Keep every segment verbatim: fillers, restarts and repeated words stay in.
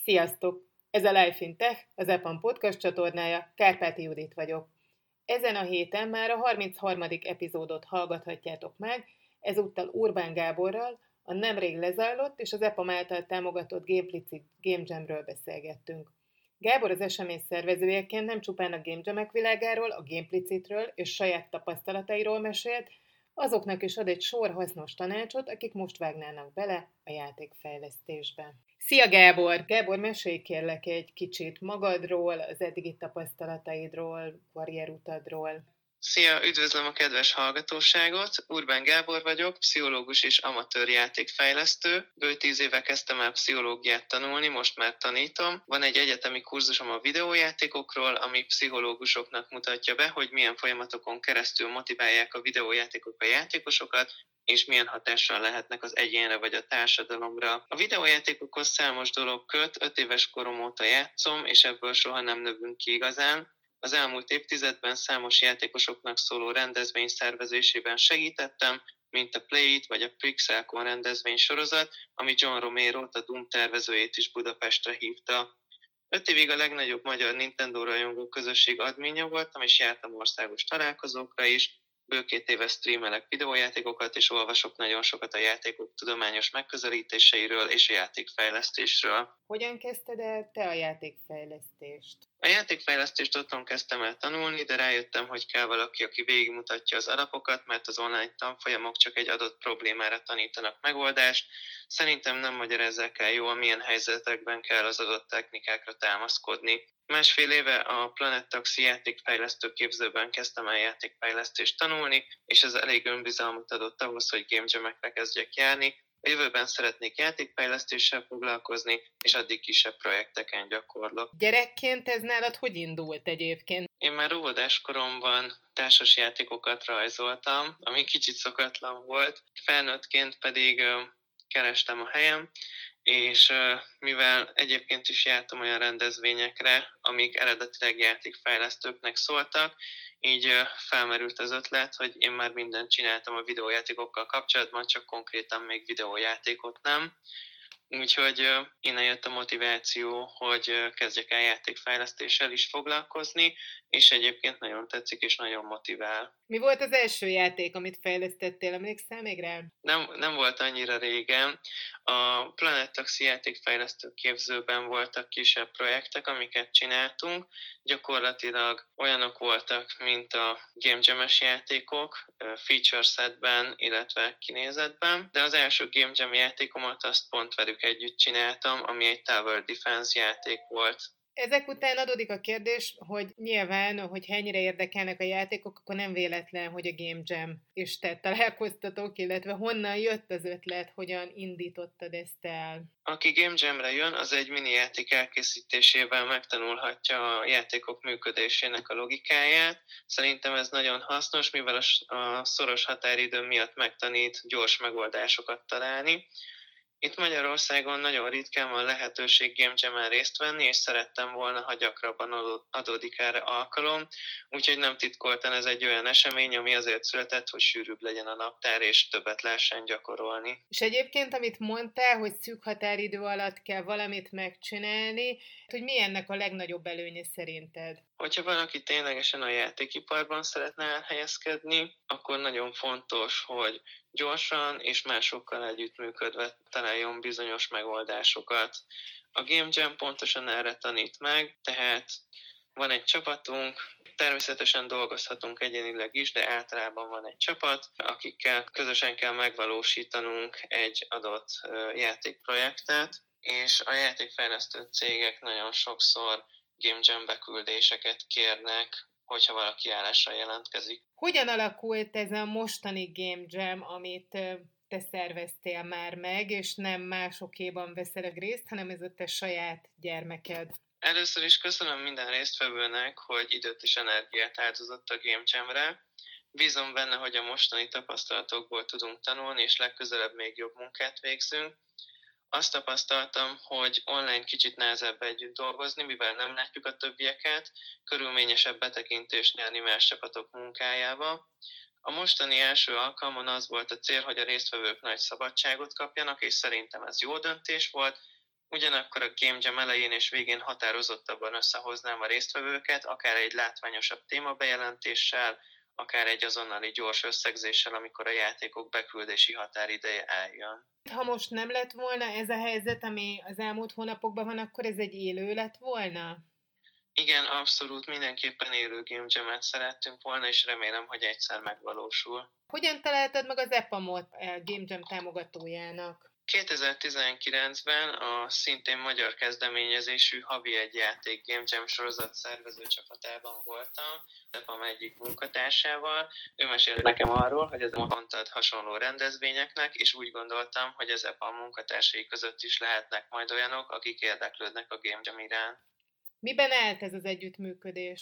Sziasztok! Ez a Life in Tech, az e pam podcast csatornája, Kárpáti Judit vagyok. Ezen a héten már a harmincharmadik epizódot hallgathatjátok meg, ezúttal Urbán Gáborral, a nemrég lezajlott és az e pam által támogatott Gameplicit Game Jamről beszélgettünk. Gábor az esemény szervezőjeként nem csupán a Game Jamek világáról, a Gameplicitről és saját tapasztalatairól mesélt, azoknak is ad egy sor hasznos tanácsot, akik most vágnának bele a játékfejlesztésbe. Szia Gábor! Gábor, mesélj kérlek egy kicsit magadról, az eddigi tapasztalataidról, karrierutadról. Szia, üdvözlöm a kedves hallgatóságot! Urbán Gábor vagyok, pszichológus és amatőr játékfejlesztő. Bő tíz éve kezdtem el pszichológiát tanulni, most már tanítom. Van egy egyetemi kurzusom a videójátékokról, ami pszichológusoknak mutatja be, hogy milyen folyamatokon keresztül motiválják a videójátékok a játékosokat, és milyen hatással lehetnek az egyénre vagy a társadalomra. A videójátékokhoz számos dolog köt, öt éves korom óta játszom, és ebből soha nem növünk ki igazán. Az elmúlt évtizedben számos játékosoknak szóló rendezvény szervezésében segítettem, mint a Play It vagy a Pixelcon rendezvény sorozat, ami John Romero-t, a Doom tervezőjét is Budapestre hívta. Öt évig a legnagyobb magyar Nintendo rajongó közösség adminja voltam, és jártam országos találkozókra is. Bő két éve streamelek videójátékokat, és olvasok nagyon sokat a játékok tudományos megközelítéseiről és a játékfejlesztésről. Hogyan kezdted el te a játékfejlesztést? A játékfejlesztést otthon kezdtem el tanulni, de rájöttem, hogy kell valaki, aki végigmutatja az alapokat, mert az online tanfolyamok csak egy adott problémára tanítanak megoldást. Szerintem nem magyarázzák el jól, milyen helyzetekben kell az adott technikákra támaszkodni. Másfél éve a Planet Taxi játékfejlesztő képzőben kezdtem el játékfejlesztést tanulni, és ez elég önbizalmat adott ahhoz, hogy game jamekre kezdjek járni. A jövőben szeretnék játékfejlesztéssel foglalkozni, és addig kisebb projekteken gyakorlok. Gyerekként ez nálad hogy indult egyébként? Én már óvodás koromban társas játékokat rajzoltam, ami kicsit szokatlan volt. Felnőttként pedig uh, kerestem a helyem, és uh, mivel egyébként is jártam olyan rendezvényekre, amik eredetileg játékfejlesztőknek szóltak, így uh, felmerült az ötlet, hogy én már mindent csináltam a videójátékokkal kapcsolatban, csak konkrétan még videójátékot nem. Úgyhogy uh, innen jött a motiváció, hogy uh, kezdjek el játékfejlesztéssel is foglalkozni, és egyébként nagyon tetszik és nagyon motivál. Mi volt az első játék, amit fejlesztettél? Emlékszel még rá? Nem, nem volt annyira régen. A Planet Taxi játékfejlesztő képzőben voltak kisebb projektek, amiket csináltunk. Gyakorlatilag olyanok voltak, mint a Game Jam-es játékok, feature setben, illetve kinézetben. De az első Game Jam játékomat azt pont velük együtt csináltam, ami egy Tower Defense játék volt. Ezek után adódik a kérdés, hogy nyilván, hogy ennyire érdekelnek a játékok, akkor nem véletlen, hogy a Game Jam és te találkoztatok, illetve honnan jött az ötlet, hogyan indítottad ezt el? Aki Game Jamre jön, az egy mini játék elkészítésével megtanulhatja a játékok működésének a logikáját. Szerintem ez nagyon hasznos, mivel a szoros határidő miatt megtanít gyors megoldásokat találni. Itt Magyarországon nagyon ritkán van lehetőség Game Jam-en részt venni, és szerettem volna, ha gyakrabban adódik erre alkalom, úgyhogy nem titkoltan ez egy olyan esemény, ami azért született, hogy sűrűbb legyen a naptár, és többet lehessen gyakorolni. És egyébként, amit mondtál, hogy szűk határidő alatt kell valamit megcsinálni, hogy mi ennek a legnagyobb előnye szerinted? Hogyha valaki ténylegesen a játékiparban szeretne elhelyezkedni, akkor nagyon fontos, hogy gyorsan és másokkal együttműködve találjon bizonyos megoldásokat. A Game Jam pontosan erre tanít meg, tehát van egy csapatunk, természetesen dolgozhatunk egyénileg is, de általában van egy csapat, akikkel közösen kell megvalósítanunk egy adott játékprojektet, és a játékfejlesztő cégek nagyon sokszor Game Jam beküldéseket kérnek, hogyha valaki állásra jelentkezik. Hogyan alakult ez a mostani Game Jam, amit te szerveztél már meg, és nem másokéban veszel részt, hanem ez a te saját gyermeked? Először is köszönöm minden résztvevőnek, hogy időt és energiát áldozott a Game Jamre. Bízom benne, hogy a mostani tapasztalatokból tudunk tanulni, és legközelebb még jobb munkát végzünk. Azt tapasztaltam, hogy online kicsit nehezebb együtt dolgozni, mivel nem látjuk a többieket, körülményesebb betekintést nyerni más csapatok munkájába. A mostani első alkalmon az volt a cél, hogy a résztvevők nagy szabadságot kapjanak, és szerintem ez jó döntés volt. Ugyanakkor a Game Jam elején és végén határozottabban összehoznám a résztvevőket, akár egy látványosabb témabejelentéssel, akár egy azonnali gyors összegzéssel, amikor a játékok beküldési határideje eljön. Ha most nem lett volna ez a helyzet, ami az elmúlt hónapokban van, akkor ez egy élő lett volna? Igen, abszolút mindenképpen élő Game Jam-et szerettünk volna, és remélem, hogy egyszer megvalósul. Hogyan találtad meg az EPAM-ot a Game Jam támogatójának? kétezer-tizenkilencben a szintén magyar kezdeményezésű Havi egy játék Game Jam sorozat szervező csapatában voltam, EPAM egyik munkatársával. Ő mesélt nekem arról, hogy ez pont ad hasonló rendezvényeknek, és úgy gondoltam, hogy az EPAM munkatársai között is lehetnek majd olyanok, akik érdeklődnek a Game Jam iránt. Miben állt ez az együttműködés?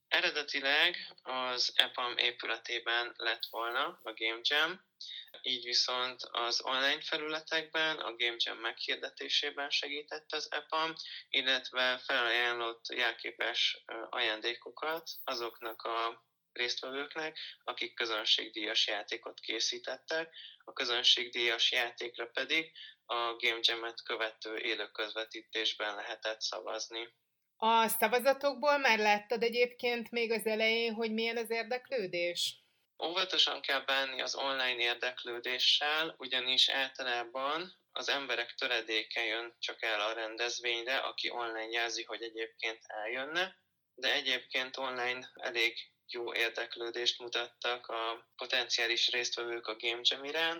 Eredetileg az EPAM épületében lett volna a Game Jam, így viszont az online felületekben, a Game Jam meghirdetésében segített az EPAM, illetve felajánlott jelképes ajándékokat azoknak a résztvevőknek, akik közönségdíjas játékot készítettek. A közönségdíjas játékra pedig a Game Jam-et követő élő közvetítésben lehetett szavazni. A szavazatokból már láttad egyébként még az elején, hogy milyen az érdeklődés? Óvatosan kell bánni az online érdeklődéssel, ugyanis általában az emberek töredéke jön csak el a rendezvényre, aki online jelzi, hogy egyébként eljönne, de egyébként online elég jó érdeklődést mutattak a potenciális résztvevők a Game Jam iránt,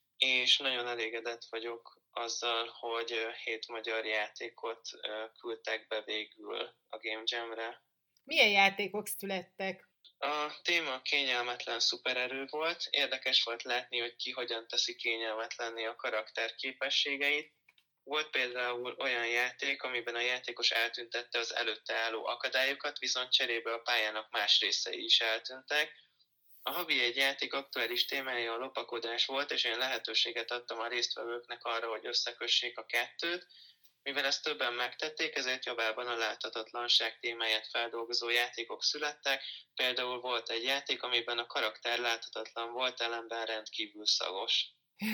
és nagyon elégedett vagyok azzal, hogy hét magyar játékot küldtek be végül a Game Jamre. Milyen játékok születtek? A téma kényelmetlen szupererő volt. Érdekes volt látni, hogy ki hogyan teszi kényelmetlenné a karakter képességeit. Volt például olyan játék, amiben a játékos eltüntette az előtte álló akadályokat, viszont cserébe a pályának más részei is eltűntek. A Havi egy játék aktuális témája a lopakodás volt, és én lehetőséget adtam a résztvevőknek arra, hogy összekössék a kettőt. Mivel ezt többen megtették, ezért javában a láthatatlanság témáját feldolgozó játékok születtek. Például volt egy játék, amiben a karakter láthatatlan volt, ellenben rendkívül szagos.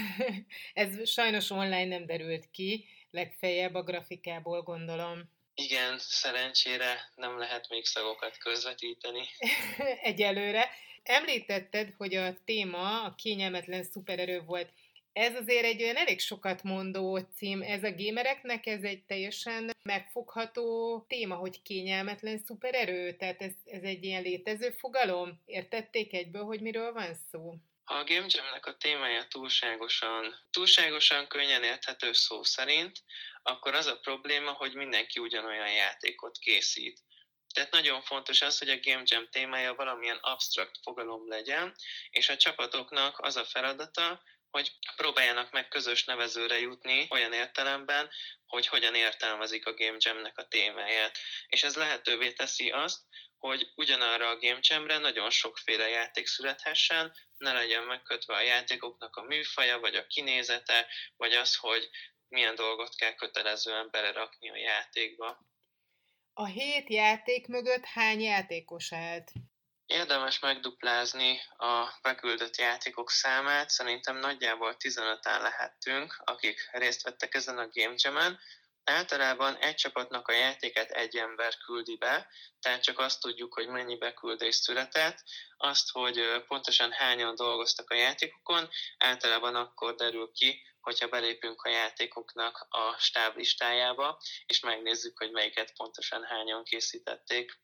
Ez sajnos online nem derült ki, legfeljebb a grafikából gondolom. Igen, szerencsére nem lehet még szagokat közvetíteni. Egyelőre. Említetted, hogy a téma a kényelmetlen szupererő volt. Ez azért egy olyan elég sokat mondó cím. Ez a gamereknek ez egy teljesen megfogható téma, hogy kényelmetlen szupererő? Tehát ez, ez egy ilyen létező fogalom? Értették egyből, hogy miről van szó? Ha a Game Jam-nek a témája túlságosan, túlságosan könnyen érthető szó szerint, akkor az a probléma, hogy mindenki ugyanolyan játékot készít. Tehát nagyon fontos az, hogy a Game Jam témája valamilyen absztrakt fogalom legyen, és a csapatoknak az a feladata, hogy próbáljanak meg közös nevezőre jutni olyan értelemben, hogy hogyan értelmezik a Game Jam-nek a témáját. És ez lehetővé teszi azt, hogy ugyanarra a Game Jam-re nagyon sokféle játék születhessen, ne legyen megkötve a játékoknak a műfaja, vagy a kinézete, vagy az, hogy milyen dolgot kell kötelezően belerakni a játékba. A hét játék mögött hány játékos állt? Érdemes megduplázni a beküldött játékok számát, szerintem nagyjából tizenöten lehettünk, akik részt vettek ezen a Game Jam-en. Általában egy csapatnak a játékát egy ember küldi be, tehát csak azt tudjuk, hogy mennyi beküldés született. Azt, hogy pontosan hányan dolgoztak a játékokon, általában akkor derül ki, hogyha belépünk a játékoknak a stáblistájába, és megnézzük, hogy melyiket pontosan hányan készítették.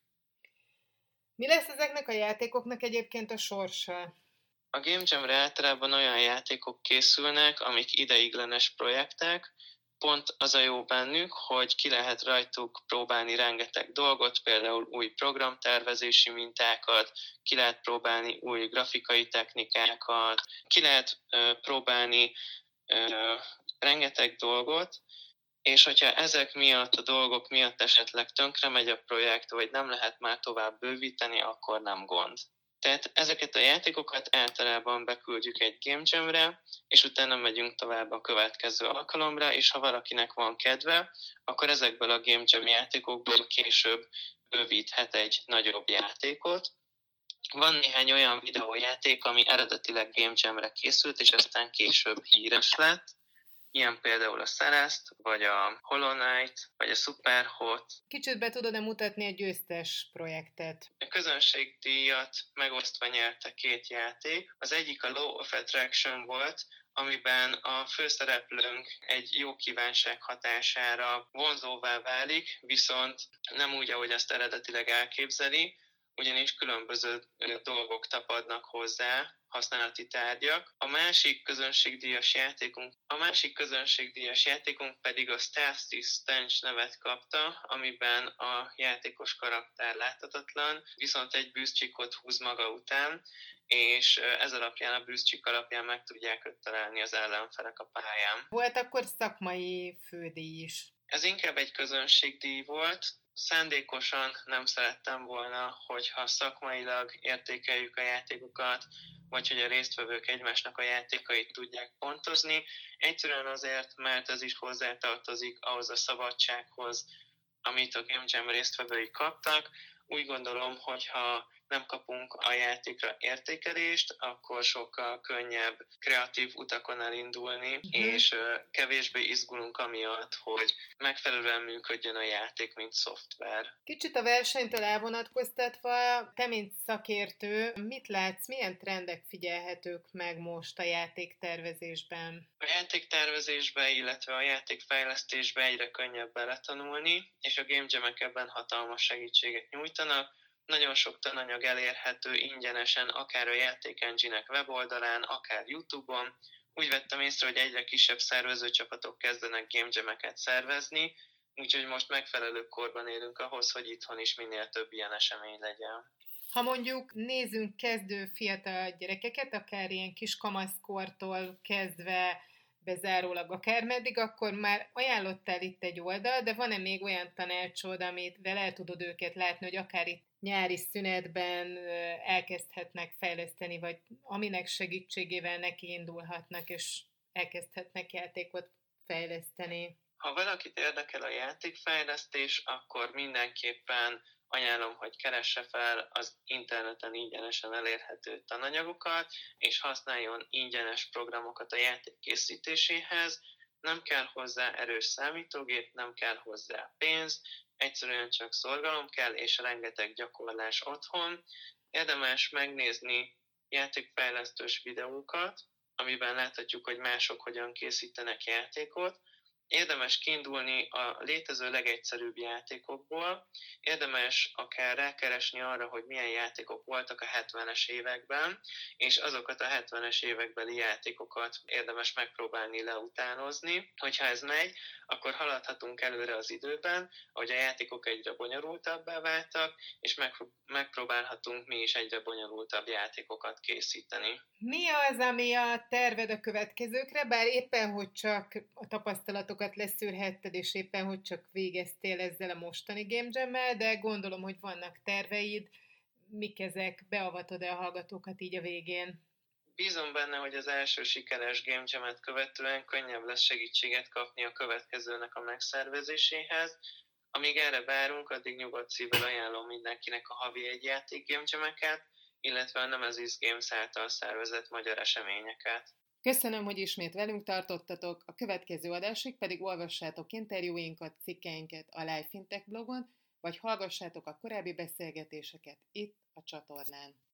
Mi lesz ezeknek a játékoknak egyébként a sorsa? A Game Jam-re általában olyan játékok készülnek, amik ideiglenes projektek. Pont az a jó bennük, hogy ki lehet rajtuk próbálni rengeteg dolgot, például új programtervezési mintákat, ki lehet próbálni új grafikai technikákat, ki lehet uh, próbálni uh, rengeteg dolgot, és hogyha ezek miatt, a dolgok miatt esetleg tönkre megy a projekt, vagy nem lehet már tovább bővíteni, akkor nem gond. Tehát ezeket a játékokat általában beküldjük egy Game Jam-re, és utána megyünk tovább a következő alkalomra, és ha valakinek van kedve, akkor ezekből a Game Jam játékokból később bővíthet egy nagyobb játékot. Van néhány olyan videójáték, ami eredetileg Game Jam-re készült, és aztán később híres lett. ilyen például a Celeste, vagy a Hollow Knight, vagy a Superhot. Kicsit be tudod-e mutatni a győztes projektet? A közönségdíjat megosztva nyerte két játék. Az egyik a Law of Attraction volt, amiben a főszereplőnk egy jó kívánság hatására vonzóvá válik, viszont nem úgy, ahogy azt eredetileg elképzeli, ugyanis különböző dolgok tapadnak hozzá, használati tárgyak. A másik közönségdíjas játékunk, a másik közönségdíjas játékunk pedig a Stealthy Stench nevet kapta, amiben a játékos karakter láthatatlan, viszont egy bűzcsikot húz maga után, és ez alapján, a bűzcsik alapján meg tudják őt találni az ellenfelek a pályán. Volt akkor szakmai fődíj is. Ez inkább egy közönségdíj volt. Szándékosan nem szerettem volna, hogyha szakmailag értékeljük a játékokat, vagy hogy a résztvevők egymásnak a játékait tudják pontozni. Egyszerűen azért, mert ez is hozzátartozik ahhoz a szabadsághoz, amit a Game Jam résztvevői kaptak. Úgy gondolom, hogyha nem kapunk a játékra értékelést, akkor sokkal könnyebb kreatív utakon elindulni, uh-huh. és kevésbé izgulunk amiatt, hogy megfelelően működjön a játék, mint szoftver. Kicsit a versenytől elvonatkoztatva, te mint szakértő, mit látsz, milyen trendek figyelhetők meg most a játéktervezésben? A játéktervezésbe, illetve a játékfejlesztésbe egyre könnyebb beletanulni, és a Game Jam-ek ebben hatalmas segítséget nyújtanak. Nagyon sok tananyag elérhető ingyenesen, akár a Játék Engine-ek weboldalán, akár YouTube-on. Úgy vettem észre, hogy egyre kisebb szervezőcsapatok kezdenek Game Jam-eket szervezni, úgyhogy most megfelelő korban élünk ahhoz, hogy itthon is minél több ilyen esemény legyen. Ha mondjuk nézzünk kezdő fiatal gyerekeket, akár ilyen kis kamaszkortól kezdve bezárólag akármeddig, akkor már ajánlottál itt egy oldal, de van-e még olyan tanácsod, amit el tudod őket látni, hogy akár itt nyári szünetben elkezdhetnek fejleszteni, vagy aminek segítségével neki indulhatnak, és elkezdhetnek játékot fejleszteni? Ha valakit érdekel a játékfejlesztés, akkor mindenképpen ajánlom, hogy keresse fel az interneten ingyenesen elérhető tananyagokat, és használjon ingyenes programokat a játék készítéséhez. Nem kell hozzá erős számítógép, nem kell hozzá pénz, egyszerűen csak szorgalom kell, és rengeteg gyakorlás otthon. Érdemes megnézni játékfejlesztős videókat, amiben láthatjuk, hogy mások hogyan készítenek játékot. Érdemes kiindulni a létező legegyszerűbb játékokból, érdemes akár rákeresni arra, hogy milyen játékok voltak a hetvenes években, és azokat a hetvenes évekbeli játékokat érdemes megpróbálni leutánozni. Hogyha ez megy, akkor haladhatunk előre az időben, ahogy a játékok egyre bonyolultabbá váltak, és megpróbálhatunk mi is egyre bonyolultabb játékokat készíteni. Mi az, ami a terved a következőkre, bár éppen, hogy csak a tapasztalatokat leszűrhetted, és éppen, hogy csak végeztél ezzel a mostani Game Jam-mel, de gondolom, hogy vannak terveid, mik ezek, beavatod-e a hallgatókat így a végén? Bízom benne, hogy az első sikeres Game Jam-et követően könnyebb lesz segítséget kapni a következőnek a megszervezéséhez. Amíg erre várunk, addig nyugodt szívvel ajánlom mindenkinek a havi egy játék Game Jam-eket, illetve a Nemesis Games által szervezett magyar eseményeket. Köszönöm, hogy ismét velünk tartottatok, a következő adásig pedig olvassátok interjúinkat, cikkeinket a Live Fintech blogon, vagy hallgassátok a korábbi beszélgetéseket itt a csatornán.